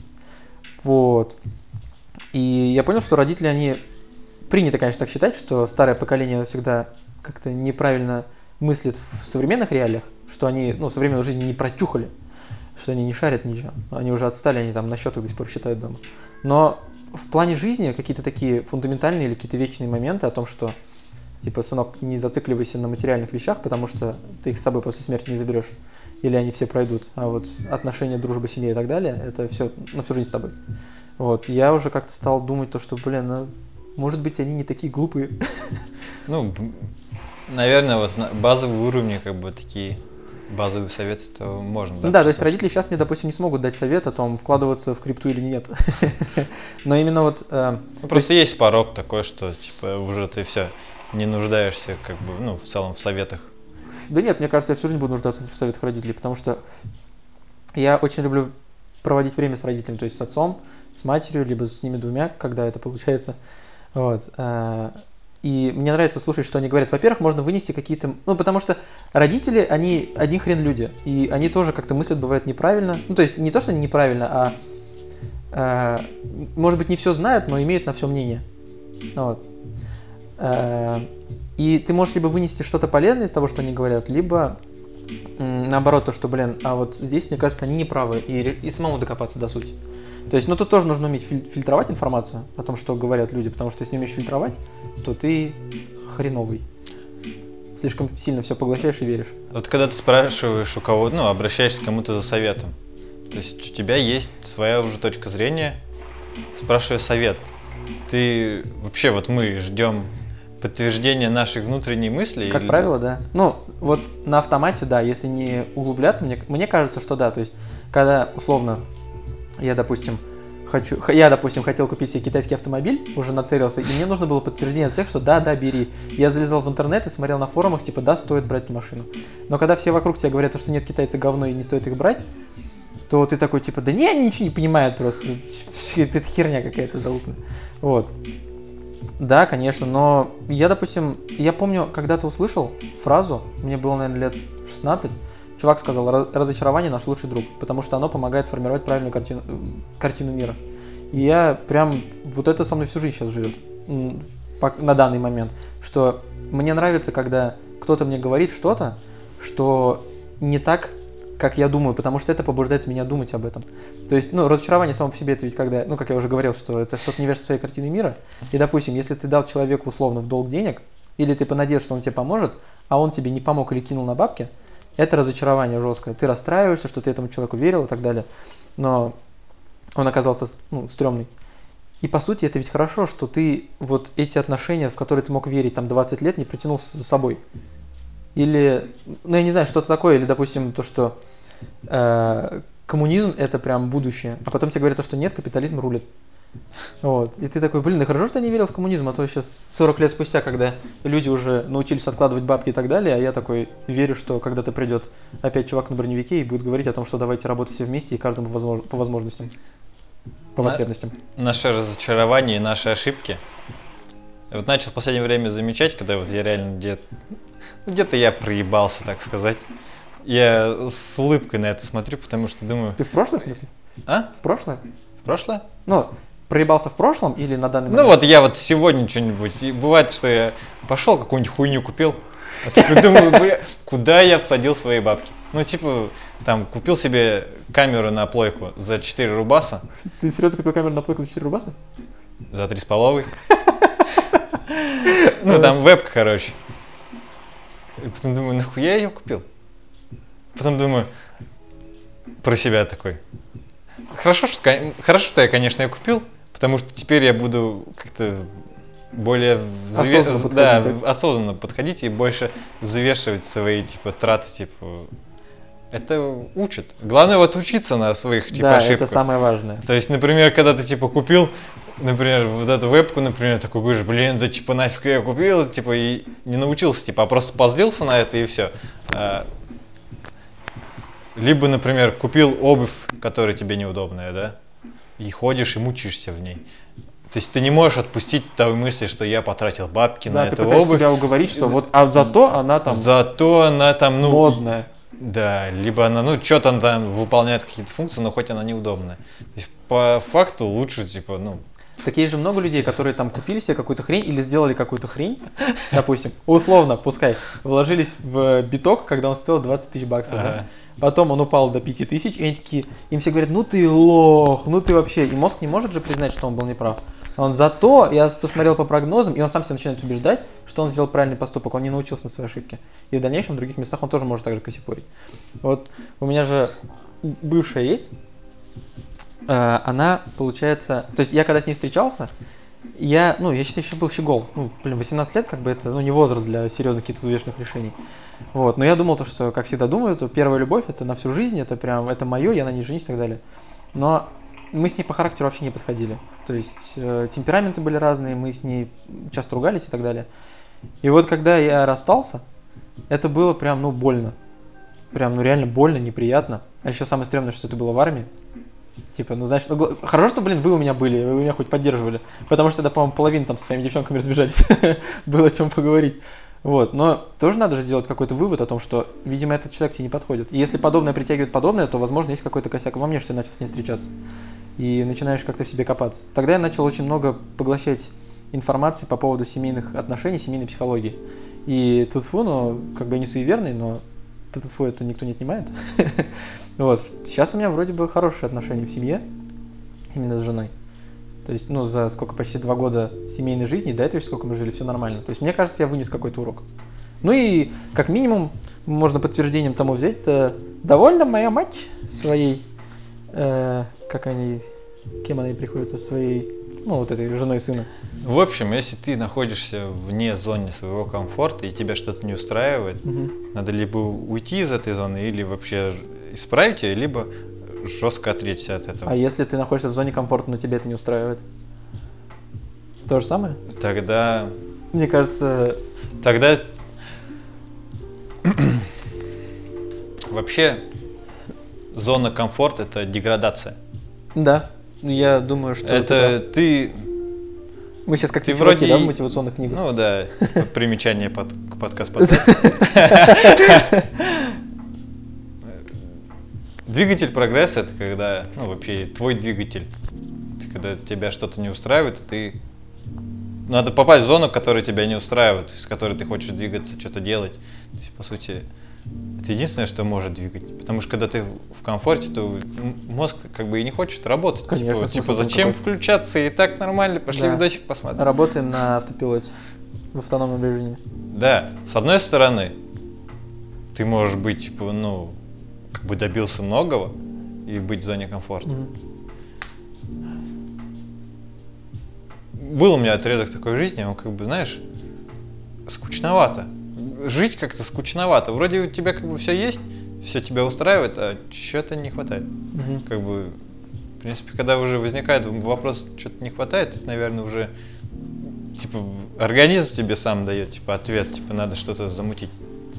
[SPEAKER 1] Вот. И я понял, что родители, они... Принято, конечно, так считать, что старое поколение всегда как-то неправильно мыслит в современных реалиях, что они, ну, современную жизнь не прочухали, что они не шарят ничего. Они уже отстали, они там на счетах до сих пор считают дома. Но в плане жизни какие-то такие фундаментальные или какие-то вечные моменты о том, что, типа, сынок, не зацикливайся на материальных вещах, потому что ты их с собой после смерти не заберешь, или они все пройдут. А вот отношения, дружба, семья и так далее, это все на всю жизнь с тобой. Вот, я уже как-то стал думать то, что, блин, ну, может быть, они не такие глупые.
[SPEAKER 2] Ну, наверное, вот на базовые уровни, как бы такие базовые советы, то можно.
[SPEAKER 1] Ну да, то есть родители сейчас мне, допустим, не смогут дать совет о том, вкладываться в крипту или нет. Но именно вот...
[SPEAKER 2] Ну, просто есть порог такой, что типа уже ты все, не нуждаешься как бы, ну, в целом в советах.
[SPEAKER 1] Да нет, мне кажется, я всю жизнь буду нуждаться в советах родителей, потому что я очень люблю проводить время с родителями, то есть с отцом, с матерью, либо с ними двумя, когда это получается. Вот. э, И мне нравится слушать, что они говорят. Во-первых, можно вынести какие-то... Ну, потому что родители, они один хрен люди. И они тоже как-то мыслят, бывает, неправильно. Ну, то есть не то, что неправильно, а... э, может быть, не все знают, но имеют на все мнение. Вот. Э, И ты можешь либо вынести что-то полезное из того, что они говорят, либо м, наоборот, то, что, блин, а вот здесь, мне кажется, они неправы. И, ре- и самому докопаться до сути. То есть, ну, тут тоже нужно уметь филь- фильтровать информацию о том, что говорят люди, потому что если не умеешь фильтровать, то ты хреновый. Слишком сильно все поглощаешь и веришь.
[SPEAKER 2] Вот когда ты спрашиваешь у кого, ну, обращаешься к кому-то за советом, то есть у тебя есть своя уже точка зрения, спрашивая совет. Ты вообще, вот мы ждем подтверждения наших внутренних мыслей?
[SPEAKER 1] Как
[SPEAKER 2] или-
[SPEAKER 1] правило, да. Ну, вот на автомате, да, если не углубляться, мне, мне кажется, что да. То есть, когда, условно, я, допустим, хочу, х- я, допустим, хотел купить себе китайский автомобиль, уже нацелился, и мне нужно было подтверждение от всех, что да, да, бери. Я залезал в интернет и смотрел на форумах, типа, да, стоит брать машину. Но когда все вокруг тебя говорят, что нет, китайцы говно и не стоит их брать, то ты такой, типа, да не, они ничего не понимают просто, это херня какая-то залупная. Вот. Да, конечно, но я, допустим, я помню, когда-то услышал фразу, мне было, наверное, лет шестнадцать, чувак сказал: «Ра- разочарование наш лучший друг, потому что оно помогает формировать правильную картину, э, картину мира». И я прям, вот это со мной всю жизнь сейчас живет, м, в- пок- на данный момент, что мне нравится, когда кто-то мне говорит что-то, что не так, как я думаю, потому что это побуждает меня думать об этом. То есть, ну, разочарование само по себе, это ведь когда, ну, как я уже говорил, что это что-то не веришь в своей картины мира. И, допустим, если ты дал человеку условно в долг денег, или ты понадеялся, что он тебе поможет, а он тебе не помог или кинул на бабки, это разочарование жесткое. Ты расстраиваешься, что ты этому человеку верил и так далее. Но он оказался, ну, стрёмный. И по сути это ведь хорошо, что ты вот эти отношения, в которые ты мог верить там двадцать лет, не притянул за собой. Или, ну я не знаю, что-то такое, или, допустим, то, что э, коммунизм это прям будущее, а потом тебе говорят, то, что нет, капитализм рулит. Вот. И ты такой, блин, да хорошо, что я не верил в коммунизм, а то сейчас сорок лет спустя, когда люди уже научились откладывать бабки и так далее, а я такой верю, что когда-то придет опять чувак на броневике и будет говорить о том, что давайте работать все вместе и каждому возмож- по возможностям, по
[SPEAKER 2] На-
[SPEAKER 1] потребностям.
[SPEAKER 2] Наше разочарование и наши ошибки. Я вот начал в последнее время замечать, когда вот я реально где- где-то я проебался, так сказать. Я с улыбкой на это смотрю, потому что думаю,
[SPEAKER 1] Ты в прошлое, в смысле?
[SPEAKER 2] а?
[SPEAKER 1] В прошлое?
[SPEAKER 2] В прошлое?
[SPEAKER 1] Ну, проебался в прошлом или на данный
[SPEAKER 2] Ну
[SPEAKER 1] момент?
[SPEAKER 2] вот я вот сегодня что-нибудь, и бывает, что я пошел какую-нибудь хуйню купил, а теперь думаю, бля, куда я всадил свои бабки? Ну типа, там, купил себе камеру на плойку за четыре рубаса,
[SPEAKER 1] Ты серьезно купил камеру на плойку за четыре рубаса?
[SPEAKER 2] за три с половой. Ну там вебка, короче. И потом думаю, нахуя я ее купил? Потом думаю, про себя такой. Хорошо, что, кон- хорошо, что я, конечно, ее купил, потому что теперь я буду как-то более взве-
[SPEAKER 1] Осознанно подходить,
[SPEAKER 2] да,
[SPEAKER 1] да?
[SPEAKER 2] в- осознанно подходить и больше взвешивать свои типа траты, типа. Это учит. Главное вот учиться на своих типа
[SPEAKER 1] Да,
[SPEAKER 2] ошибках.
[SPEAKER 1] это самое важное.
[SPEAKER 2] То есть, например, когда ты типа купил, например, вот эту вебку, например, такой говоришь, блин, да типа нафиг я купил, типа и не научился, типа, а просто позлился на это и все. Либо, например, купил обувь, которая тебе неудобная, да, и ходишь и мучаешься в ней. То есть ты не можешь отпустить той мысли, что я потратил бабки
[SPEAKER 1] Да,
[SPEAKER 2] на
[SPEAKER 1] ты
[SPEAKER 2] эту
[SPEAKER 1] пытаешься
[SPEAKER 2] обувь.
[SPEAKER 1] себя уговорить, что вот, а зато она там
[SPEAKER 2] Зато она там, ну,
[SPEAKER 1] модная.
[SPEAKER 2] да, либо она, ну, что-то она там выполняет какие-то функции, но хоть она неудобная. То есть по факту лучше, типа, ну,
[SPEAKER 1] Так есть же много людей, которые там купили себе какую-то хрень или сделали какую-то хрень, допустим, условно, пускай, вложились в биток, когда он стоил двадцать тысяч баксов, да?
[SPEAKER 2] Ага.
[SPEAKER 1] Потом он упал до пяти тысяч, и они такие, им все говорят, ну ты лох, ну ты вообще, и мозг не может же признать, что он был неправ. Он зато, я посмотрел по прогнозам, и он сам себя начинает убеждать, что он сделал правильный поступок, он не научился на своей ошибке. И в дальнейшем в других местах он тоже может так же косипорить. Вот у меня же бывшая есть, э, она, получается, то есть я когда с ней встречался, я, ну, я считаю, еще был щегол, ну, блин, восемнадцать лет, как бы это, ну, не возраст для серьезных каких-то взвешенных решений. Вот, но я думал, то, что, как всегда думаю, это первая любовь, это на всю жизнь, это прям, это мое, я на ней женюсь и так далее. Но мы с ней по характеру вообще не подходили. То есть э, темпераменты были разные, мы с ней часто ругались и так далее. И вот когда я расстался, это было прям, ну, больно. Прям, ну, реально больно, неприятно. А еще самое стрёмное, что это было в армии. Типа, ну, знаешь, ну, гла- хорошо, что, блин, вы у меня были, вы меня хоть поддерживали. Потому что тогда, по-моему, половина там со своими девчонками разбежались. Было о чем поговорить. Вот, но тоже надо же сделать какой-то вывод о том, что, видимо, этот человек тебе не подходит. И если подобное притягивает подобное, то, возможно, есть какой-то косяк во мне, что я начал с ним встречаться. И начинаешь как-то в себе копаться. Тогда я начал очень много поглощать информации по поводу семейных отношений, семейной психологии. И тьфу-тьфу, ну, как бы я не суеверный, но тьфу-тьфу это никто не отнимает. Вот, сейчас у меня вроде бы хорошие отношения в семье, именно с женой. То есть, ну, за сколько, почти два года семейной жизни, до этого еще сколько мы жили, все нормально. То есть, мне кажется, я вынес какой-то урок. Ну и, как минимум, можно подтверждением тому взять, это довольна моя мать своей, э, как они, кем она ей приходится, своей, ну, вот этой женой сына.
[SPEAKER 2] В общем, если ты находишься вне зоны своего комфорта и тебя что-то не устраивает,
[SPEAKER 1] Угу.
[SPEAKER 2] надо либо уйти из этой зоны, или вообще ж- исправить ее, либо жестко отречься от этого.
[SPEAKER 1] А если ты находишься в зоне комфорта, но тебя это не устраивает? То же самое?
[SPEAKER 2] Тогда,
[SPEAKER 1] Мне кажется,
[SPEAKER 2] тогда вообще зона комфорта — это деградация.
[SPEAKER 1] да. Я думаю, что
[SPEAKER 2] Это
[SPEAKER 1] ты прав.
[SPEAKER 2] ты,
[SPEAKER 1] Мы сейчас как
[SPEAKER 2] ты
[SPEAKER 1] те чуваки,
[SPEAKER 2] вроде
[SPEAKER 1] да, в
[SPEAKER 2] и-
[SPEAKER 1] мотивационных книгах?
[SPEAKER 2] ну да, примечание под к подкаст под Двигатель прогресса — это когда, ну, вообще твой двигатель. Это когда тебя что-то не устраивает, и ты... Надо попасть в зону, которая тебя не устраивает, с которой ты хочешь двигаться, что-то делать. То есть, по сути, это единственное, что может двигать. Потому что когда ты в комфорте, то м- мозг как бы и не хочет работать.
[SPEAKER 1] Конечно,
[SPEAKER 2] Типа,
[SPEAKER 1] смысл
[SPEAKER 2] типа
[SPEAKER 1] в этом
[SPEAKER 2] зачем
[SPEAKER 1] какой?
[SPEAKER 2] включаться, и так нормально, пошли
[SPEAKER 1] Да.
[SPEAKER 2] видосик посмотрим.
[SPEAKER 1] Работаем на автопилоте в автономном режиме.
[SPEAKER 2] Да, с одной стороны, ты можешь быть, типа, ну, как бы добился многого и быть в зоне комфорта.
[SPEAKER 1] Мгм.
[SPEAKER 2] Был у меня отрезок такой жизни, он как бы, знаешь, скучновато. Жить как-то скучновато. Вроде у тебя как бы все есть, все тебя устраивает, а чего-то не хватает.
[SPEAKER 1] Мгм.
[SPEAKER 2] Как бы, в принципе, когда уже возникает вопрос, что-то не хватает, это, наверное, уже, типа, организм тебе сам дает, типа, ответ, типа, надо что-то замутить.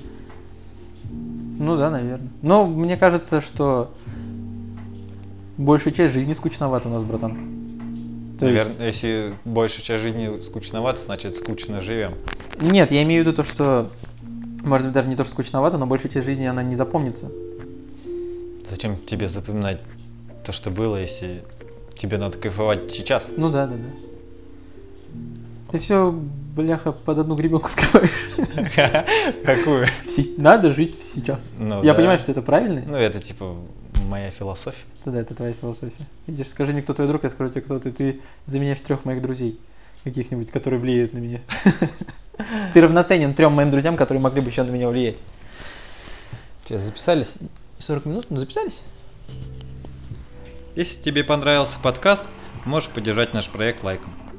[SPEAKER 1] Ну да, наверное. Но мне кажется, что большая часть жизни скучновата у нас, братан. То
[SPEAKER 2] Наверное,
[SPEAKER 1] есть...
[SPEAKER 2] если большая часть жизни скучновато, значит, скучно живем.
[SPEAKER 1] Нет, я имею в виду то, что, может быть, даже не то, что скучновато, но большая часть жизни она не запомнится.
[SPEAKER 2] Зачем тебе запоминать то, что было, если тебе надо кайфовать сейчас?
[SPEAKER 1] Ну да, да, да. Ты все, бляха, под одну гребенку скрываешь.
[SPEAKER 2] Какую?
[SPEAKER 1] В се- Надо жить в сейчас.
[SPEAKER 2] Ну
[SPEAKER 1] Я
[SPEAKER 2] да.
[SPEAKER 1] понимаю, что это правильно.
[SPEAKER 2] Ну, это типа моя философия.
[SPEAKER 1] Да, это твоя философия. Видишь, скажи мне, кто твой друг, я скажу тебе, кто ты. Ты заменяешь трех моих друзей каких-нибудь, которые влияют на меня. Ты равноценен трем моим друзьям, которые могли бы еще на меня влиять.
[SPEAKER 2] Че, записались?
[SPEAKER 1] сорок минут? Ну, записались?
[SPEAKER 2] Если тебе понравился подкаст, можешь поддержать наш проект лайком.